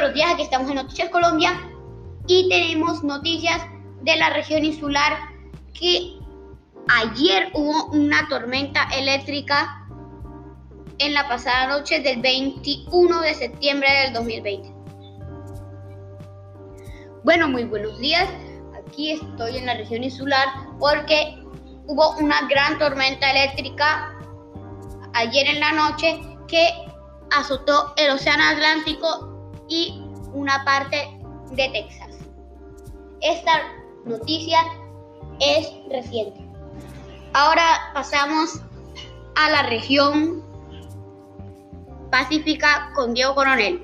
buenos días, aquí estamos en Noticias Colombia y tenemos noticias de la región insular que ayer hubo una tormenta eléctrica en la pasada noche del 21 de septiembre del 2020. Bueno, muy buenos días, aquí estoy en la región insular porque hubo una gran tormenta eléctrica ayer en la noche que azotó el océano Atlántico y una parte de Texas. Esta noticia es reciente. Ahora pasamos a la región pacífica con Diego Coronel.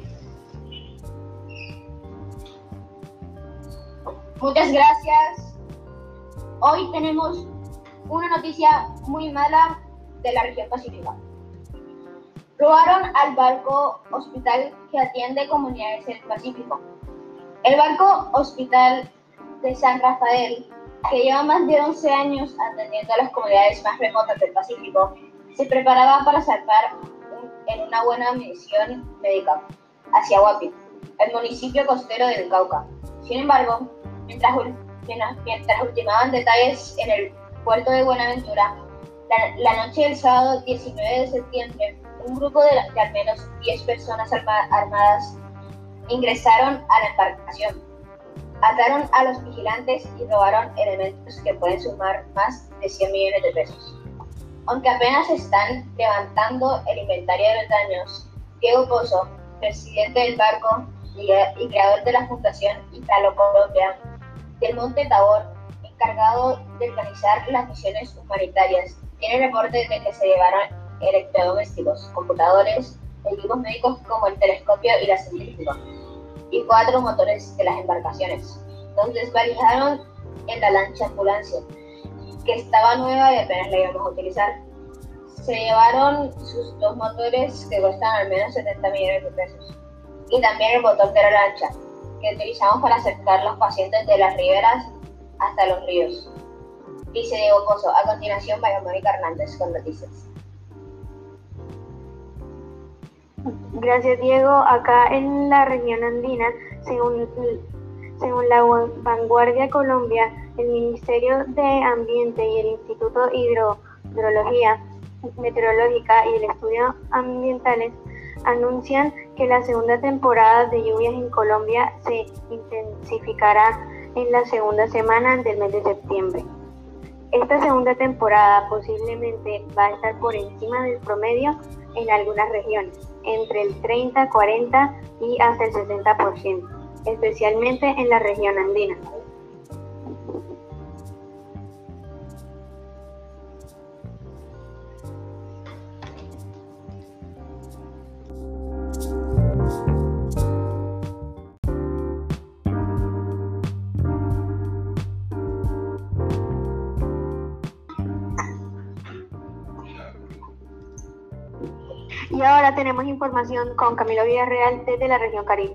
Muchas gracias. Hoy tenemos una noticia muy mala de la región pacífica. Robaron al barco hospital que atiende comunidades del Pacífico. El barco hospital de San Rafael, que lleva más de 11 años atendiendo a las comunidades más remotas del Pacífico, se preparaba para zarpar en una buena misión médica hacia Huapi, el municipio costero del Cauca. Sin embargo, mientras ultimaban detalles en el puerto de Buenaventura, la noche del sábado 19 de septiembre, un grupo de al menos 10 personas armadas ingresaron a la embarcación, ataron a los vigilantes y robaron elementos que pueden sumar más de 100 millones de pesos. Aunque apenas están levantando el inventario de los daños, Diego Pozo, presidente del barco y creador de la Fundación Italo Colombia del Monte Tabor, encargado de organizar las misiones humanitarias, tiene reportes de que se llevaron electrodomésticos, computadores, equipos médicos como el telescopio y la centrífuga, y 4 motores de las embarcaciones. Los desvalijaron en la lancha ambulancia, que estaba nueva y apenas la íbamos a utilizar. Se llevaron sus 2 motores que cuestan al menos 70 millones de pesos, y también el motor de la lancha, que utilizamos para acercar los pacientes de las riberas hasta los ríos. Dice Diego Pozo. A continuación, María Mónica Hernández con noticias. Gracias, Diego. Acá en la región andina, según la Vanguardia Colombia, el Ministerio de Ambiente y el Instituto Hidrometeorológica y el Estudio Ambientales anuncian que la segunda temporada de lluvias en Colombia se intensificará en la segunda semana del mes de septiembre. Esta segunda temporada posiblemente va a estar por encima del promedio en algunas regiones, entre el 30, 40 y hasta el 60%, especialmente en la región andina. Y ahora tenemos información con Camilo Villarreal desde la región Caribe.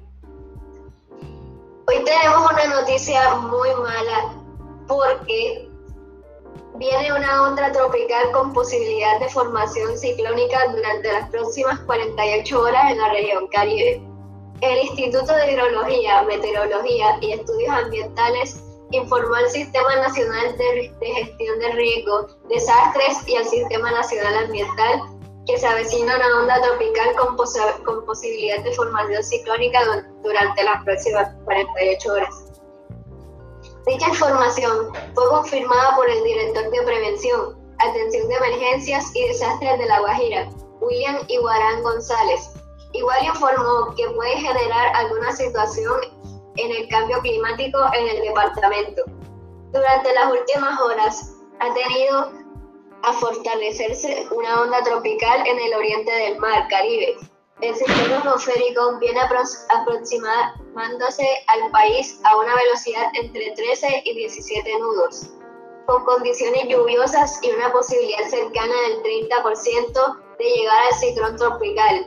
Hoy tenemos una noticia muy mala porque viene una onda tropical con posibilidad de formación ciclónica durante las próximas 48 horas en la región Caribe. El Instituto de Hidrología, Meteorología y Estudios Ambientales informó al Sistema Nacional de Gestión de Riesgos, Desastres y al Sistema Nacional Ambiental que se avecina una onda tropical con posibilidad de formación ciclónica durante las próximas 48 horas. Dicha información fue confirmada por el director de Prevención, Atención de Emergencias y Desastres de La Guajira, William Iguarán González. Igual informó que puede generar alguna situación en el cambio climático en el departamento. Durante las últimas horas ha tenido a fortalecerse una onda tropical en el oriente del mar Caribe. El sistema atmosférico viene aproximándose al país a una velocidad entre 13 y 17 nudos, con condiciones lluviosas y una posibilidad cercana del 30% de llegar al ciclón tropical.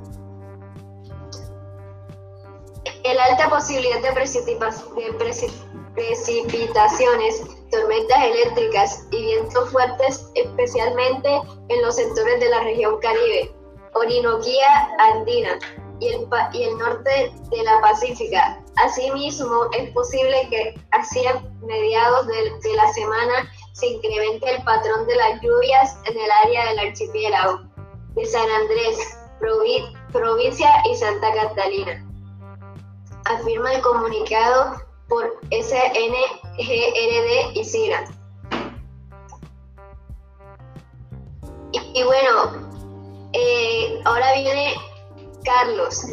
El alta posibilidad de precipitaciones, tormentas eléctricas y vientos fuertes, especialmente en los sectores de la región Caribe, Orinoquía andina, y el norte de la Pacífica. Asimismo, es posible que hacia mediados de la semana se incremente el patrón de las lluvias en el área del archipiélago de San Andrés, provincia y Santa Catalina, afirma el comunicado por SNGRD y CIRA. Y bueno, ahora viene Carlos.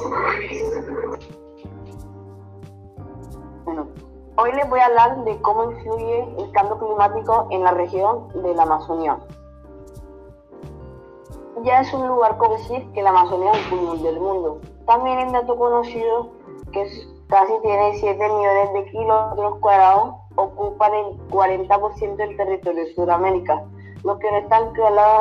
Bueno, hoy les voy a hablar de cómo influye el cambio climático en la región de la Amazonía. Ya es un lugar conocido que la Amazonía es el pulmón del mundo. También es dato conocido que casi tiene 7 millones de kilómetros cuadrados, ocupan el 40% del territorio de Sudamérica. Lo que no es tan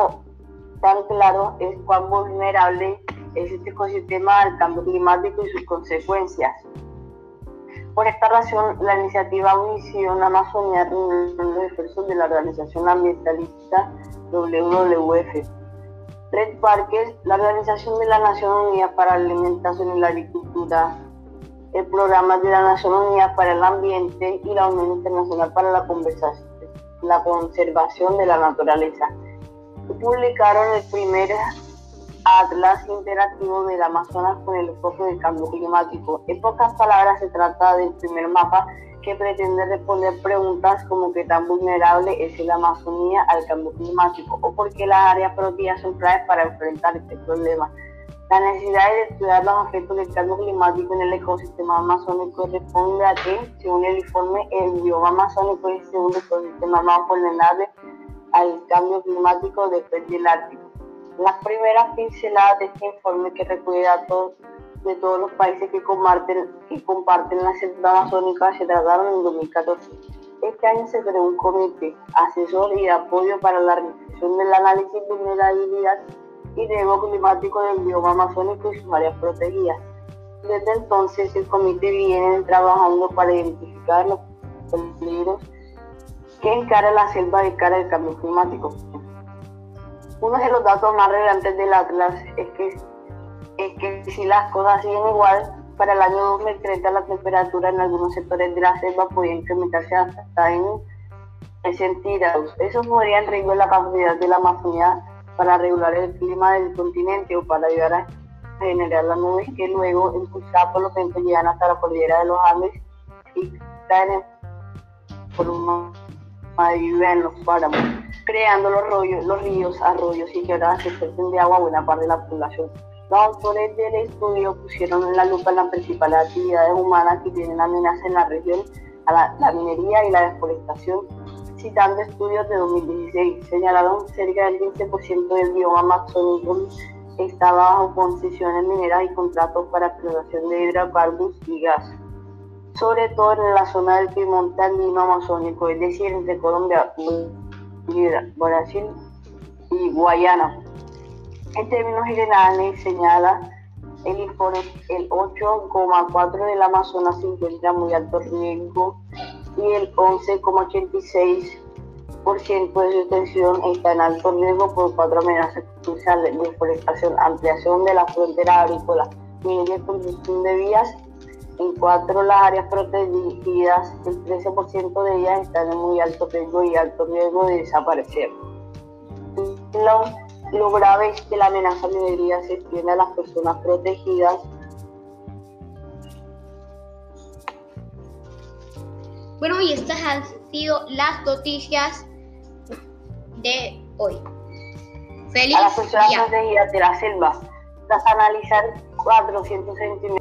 claro es cuán vulnerable es este ecosistema al cambio climático y sus consecuencias. Por esta razón, la iniciativa Misión Amazonía reunió los esfuerzos de la organización ambientalista WWF, Red Parques, la Organización de las Naciones Unidas para la Alimentación y la Agricultura, el Programa de las Naciones Unidas para el Ambiente y la Unión Internacional para la Conservación de la Naturaleza. Publicaron el primer Atlas Interactivo del Amazonas con el enfoque del cambio climático. En pocas palabras, se trata del primer mapa que pretende responder preguntas como qué tan vulnerable es la Amazonía al cambio climático o por qué las áreas protegidas son claves para enfrentar este problema. La necesidad de estudiar los efectos del cambio climático en el ecosistema amazónico responde a que, según el informe, el bioma amazónico es el segundo ecosistema más vulnerable al cambio climático después del Ártico. Las primeras pinceladas de este informe, que recoge datos de todos los países que comparten la selva amazónica, se trataron en 2014. Este año se creó un comité asesor y de apoyo para la realización del análisis de vulnerabilidad y riesgo climático del bioma amazónico y sus áreas protegidas. Desde entonces, el comité viene trabajando para identificar los peligros que encara la selva de cara al cambio climático. Uno de los datos más relevantes del Atlas es que si las cosas siguen igual, para el año 2030 la temperatura en algunos sectores de la selva podría incrementarse hasta en 6 centígrados. Eso pondría en riesgo la capacidad de la Amazonía para regular el clima del continente o para ayudar a generar las nubes que luego, impulsadas por los vientos, llegan hasta la cordillera de los Andes y caen en forma de lluvia en los páramos, creando los ríos, arroyos y quebradas que suelten de agua a buena parte de la población. Los autores del estudio pusieron en la lupa las principales actividades humanas que tienen amenaza en la región, a la minería y la deforestación. Citando estudios de 2016, señalaron que cerca del 15% del bioma amazónico está bajo concesiones mineras y contratos para explotación de hidrocarburos y gas, sobre todo en la zona del Piemonte andino amazónico, es decir, entre Colombia, Brasil y Guayana. En términos generales, señala el informe, el 8,4% del Amazonas se encuentra en muy alto riesgo y el 11,86% de su extensión está en alto riesgo por 4 amenazas cruciales: deforestación, ampliación de la frontera agrícola, minería y construcción de vías. En 4, las áreas protegidas, el 13% de ellas están en muy alto riesgo y alto riesgo de desaparecer. Lo grave es que la amenaza de minería se extiende a las personas protegidas. Bueno, y estas han sido las noticias de hoy. Feliz a las personas día. protegidas de la selva, tras analizar 400 centímetros